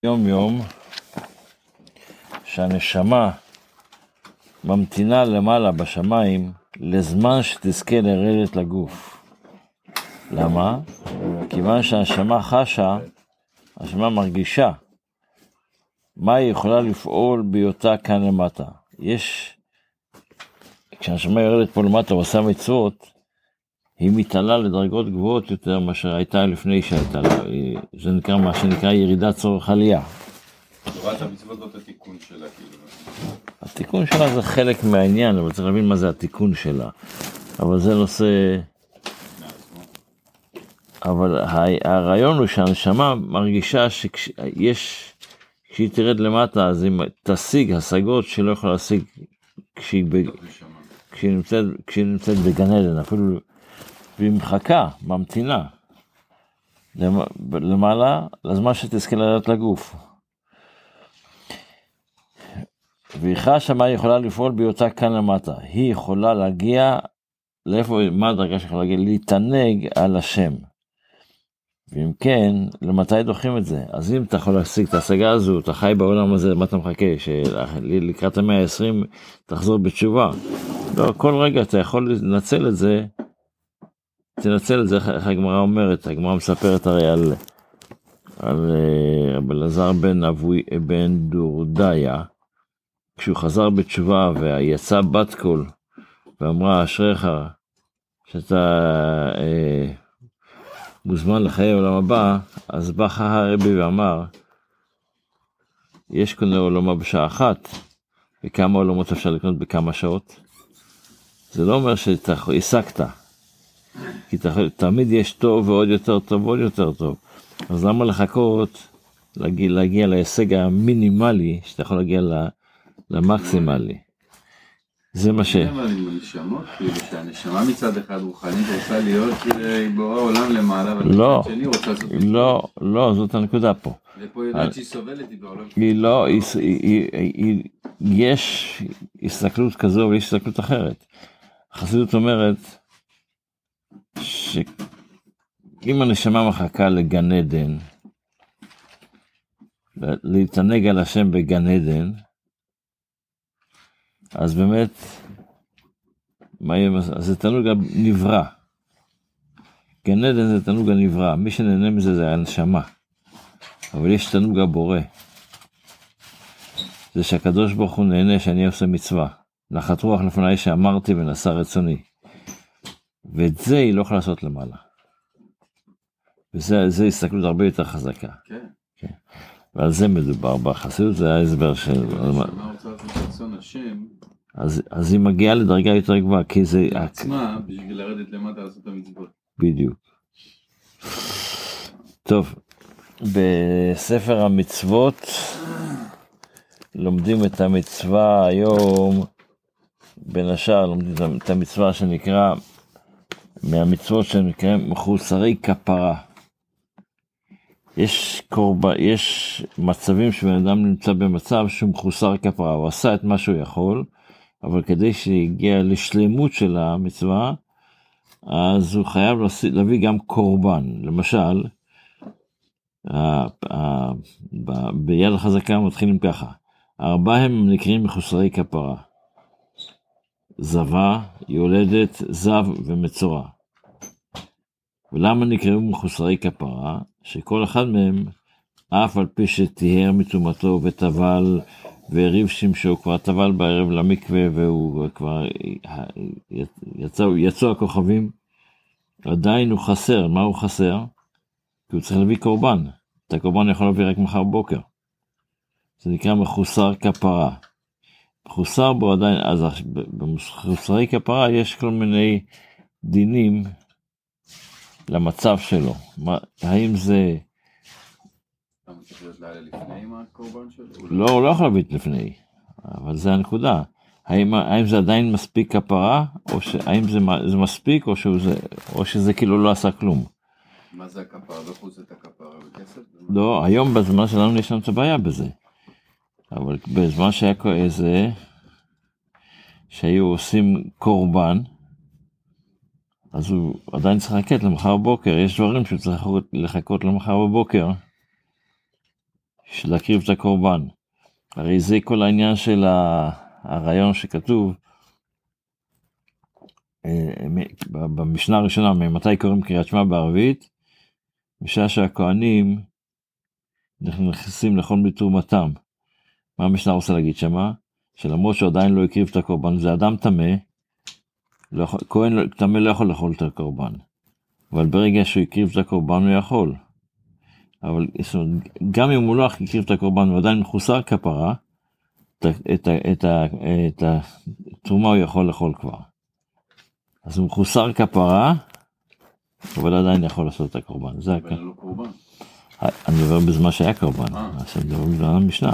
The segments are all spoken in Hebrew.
יום יום שהנשמה ממתינה למעלה בשמיים לזמן שתזכה לרדת לגוף. למה? כיוון שהנשמה חשה, הנשמה מרגישה מה היא יכולה לפעול בהיותה כאן למטה. כשהנשמה יורדת פה למטה ועושה מצוות, היא מתעלה לדרגות גבוהות יותר מאשר הייתה לפני שהייתה לה. זה נקרא מה שנקרא ירידת צורך עלייה. תורת המצוות זאת התיקון שלה, כאילו. התיקון שלה זה חלק מהעניין, אבל צריך להבין מה זה התיקון שלה. אבל זה נושא... אבל הרעיון הוא שהנשמה מרגישה כשהיא תרד למטה, אז היא תשיג השגות שלא יכולה להשיג כשהיא נמצאת בגן עדן, אפילו והיא מחכה, ממתינה למעלה, לזמן שתזכה לרדת לגוף. והיא חשה מה היא יכולה לפעול בהיותה כאן למטה. היא יכולה להגיע, מה הדרגה שיכולה להגיע? להתענג על השם. ואם כן, למתי דוחים את זה? אז אם אתה יכול להשיג את ההשגה הזו, אתה חי בעולם הזה, מה אתה מחכה? שלקראת ה-120 תחזור בתשובה. לא, כל רגע אתה יכול לנצל את זה, תנצל את זה, איך הגמרא אומרת, הגמרא מספרת הרי על אלעזר בן דורדיה, כשהוא חזר בתשובה ויצא בת קול, ואמרה אשריך שאתה מוזמן לחיי העולם הבא, אז בא הרבי ואמר, יש קונה עולמה בשעה אחת, וכמה עולמות אפשר לקנות בכמה שעות? זה לא אומר שאתה השגת, כי תמיד יש טוב ועוד יותר טוב ועוד יותר טוב. אז למה לחכות להגיע להישג המינימלי, שאתה יכול להגיע למקסימלי? זה מה ש... אבל עם הנשמות, כאילו שהנשמה מצד אחד רוחנית רוצה להיות בורא עולם למעלה, אבל לא, מצד שני רוצה לעשות... לא, זאת הנקודה פה. ופה יודעת שהיא סובלת, היא בעולם... היא לא, יש הסתכלות כזו ויש הסתכלות אחרת. החסידות אומרת שאם הנשמה מחכה לגן עדן, להתענג על השם בגן עדן, אז באמת, אז זה תענוג הנברא. גן עדן זה תענוג הנברא, מי שנהנה מזה זה הנשמה. אבל יש תענוג הבורא. זה שהקדוש ברוך הוא נהנה שאני עושה מצווה. נחת רוח לפני שאמרתי ונעשה רצוני. ואת זה היא לא יכולה לעשות למעלה. וזה הסתכלות הרבה יותר חזקה. כן. כן. ועל זה מדובר בחסידות, זה ההסבר של... הנשמה רוצה לעשות רצון השם... אז היא מגיעה לדרגה יותר גבוהה, כי זה... עצמה, בשביל לרדת למטה לעשות את המצוות. בדיוק. טוב, בספר המצוות לומדים את המצווה היום, בין השאר לומדים את המצווה שנקרא, מהמצוות שנקראים מחוסרי כפרה. יש מצבים שבן אדם נמצא במצב שהוא מחוסר כפרה, הוא עשה את מה שהוא יכול, אבל כדי שיגיע לשלמות של המצווה, אז הוא חייב להביא גם קורבן. למשל, ביד החזקה מתחילים ככה, 4 הם נקראים מחוסרי כפרה, זבה, יולדת, זב ומצורע. ולמה נקראו מחוסרי כפרה? שכל אחד מהם, אף על פי שתיהר מטומאתו וטבל והריב שמשו, כבר טבל בערב למקווה והוא כבר יצאו הכוכבים, עדיין הוא חסר. מה הוא חסר? כי הוא צריך להביא קורבן. את הקורבן יכול להביא רק מחר בוקר. זה נקרא מחוסר כפרה. מחוסר בו עדיין, אז במחוסרי כפרה יש כל מיני דינים למצב שלו. האם זה... אתה צריך להיות לילה לפני עם הקורבן שלו? לא, הוא לא יכול להביא לפני, אבל זה הנקודה. האם זה עדיין מספיק כפרה, או האם זה מספיק, או שזה כאילו לא עשה כלום? מה זה הכפרה? בחוץ את הכפרה בכסף? לא, היום בזמן שלנו יש לנו את הבעיה בזה. אבל בזמן שהיה איזה, שהיו עושים קורבן, אז הוא עדיין צריך לחכות למחר בבוקר. יש דברים שהוא צריך לחכות למחר בבוקר, של להקריב את הקורבן. הרי זה כל העניין של הרעיון שכתוב במשנה הראשונה, ממתי קוראים קריאת שמע בערבית? בשעה שהכהנים נכנסים לאכול בתרומתם. מה המשנה רוצה להגיד שמה? שלמרות שהוא עדיין לא הקריב את הקורבן, זה אדם טמא, כהן טמא לא יכול לאכול את הקורבן, אבל ברגע שהוא הקריב את הקורבן הוא יכול. אבל גם אם הוא לא הקריב את הקורבן הוא עדיין מחוסר כפרה, את התרומה הוא יכול לאכול כבר. אז הוא מחוסר כפרה, אבל עדיין יכול לעשות את הקורבן. זה אבל לא קורבן. אני מדבר בזמן שהיה קורבן, עכשיו מדבר בזמן המשנה.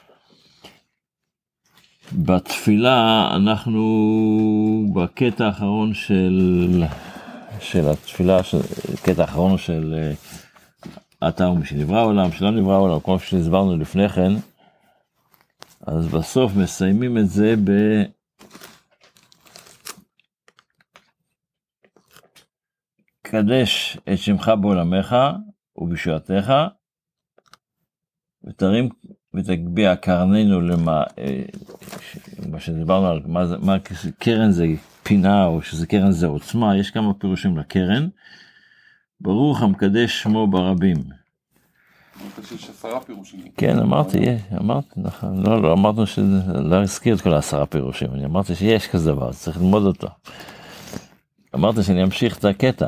בתפילה אנחנו בקטע האחרון של התפילה, קטע האחרון של אתה ומשנברא העולם, שלא נברא העולם, כמו שהסברנו לפני כן, אז בסוף מסיימים את זה קדש את שמך בעולמך ובשעתך, ותרים ותגביע קרננו למה, מה שדיברנו על מה קרן זה פינה, או שזה קרן זה עוצמה, יש כמה פירושים לקרן. ברוך המקדש שמו ברבים. אמרת שיש 10 פירושים. כן, אמרתי, נכון, לא אמרנו שלא הזכיר את כל 10 פירושים, אני אמרתי שיש כזה דבר, צריך ללמוד אותו. אמרתי שאני אמשיך את הקטע.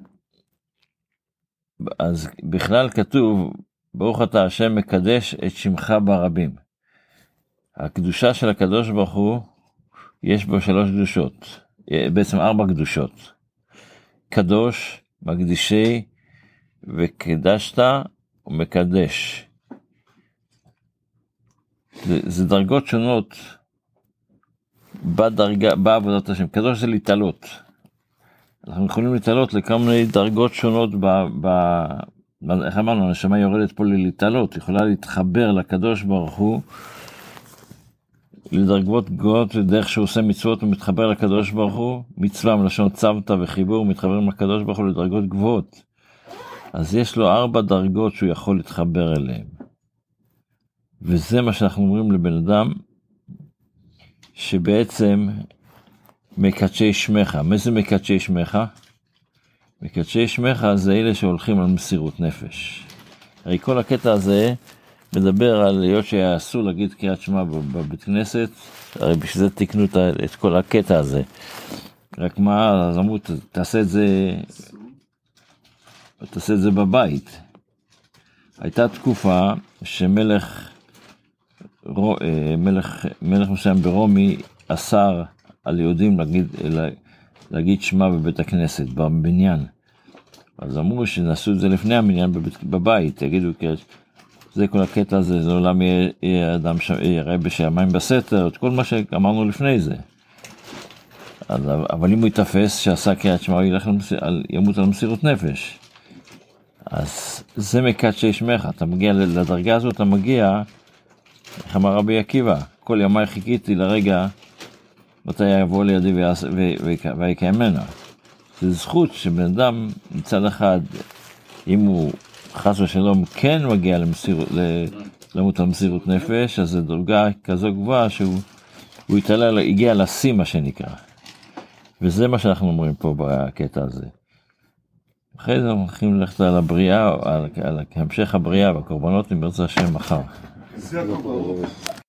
אז בכלל כתוב, ברוך אתה השם מקדש את שמך ברבים. הקדושה של הקדוש ברוך הוא, יש בו 3 קדושות, בעצם 4 קדושות. קדוש, מקדישי, וקדשת ומקדש. זה דרגות שונות בעבודת השם. קדוש זה להתעלות. אנחנו יכולים להתעלות לכמה מיני דרגות שונות איך אמרנו, הנשמה יורדת פה להתעלות, יכולה להתחבר לקדוש ברוך הוא, לדרגות גבוהות, דרך שהוא עושה מצוות ומתחבר לקדוש ברוך הוא, מצווה מלשון צוותא וחיבור, מתחבר עם הקדוש ברוך הוא לדרגות גבוהות. אז יש לו 4 דרגות שהוא יכול להתחבר אליהן. וזה מה שאנחנו אומרים לבן אדם, שבעצם מקדשי שמך. מה זה מקדשי שמך? מקדשי שמך זה אלה שהולכים על מסירות נפש. הרי כל הקטע הזה מדבר על להיות שאסור להגיד קריאת שמע בבית כנסת, הרי בשביל זה תקנו את כל הקטע הזה. רק מה, אז אמרו, תעשה את זה בבית. הייתה תקופה שמלך מסוים ברומי אסר על יהודים להגיד שמע בבית הכנסת, בבניין. אז אמרו שנעשו את זה לפני המניין בבית, תגידו, זה כל הקטע הזה, זה עולם יהיה אדם יראה בשעמיים בסתר, את כל מה שאמרנו לפני זה. אבל אם הוא יתפס שעשה קריאת שמע, הוא ימות על מסירות נפש. אז זה מקדשי שמך, אתה מגיע לדרגה הזאת, אתה מגיע, איך אמר רבי עקיבא, כל ימי חיכיתי לרגע, מתי יבוא לידי ויקיימנה. זה זכות שבן אדם מצד אחד, אם הוא חס ושלום כן מגיע למות על מסירות נפש, אז זו דרגה כזו גבוהה שהוא הגיע לשיא מה שנקרא. וזה מה שאנחנו אומרים פה בקטע הזה. אחרי זה אנחנו הולכים ללכת על הבריאה, על המשך הבריאה והקורבנות עם ברצה השם מחר. זה הקורבנות.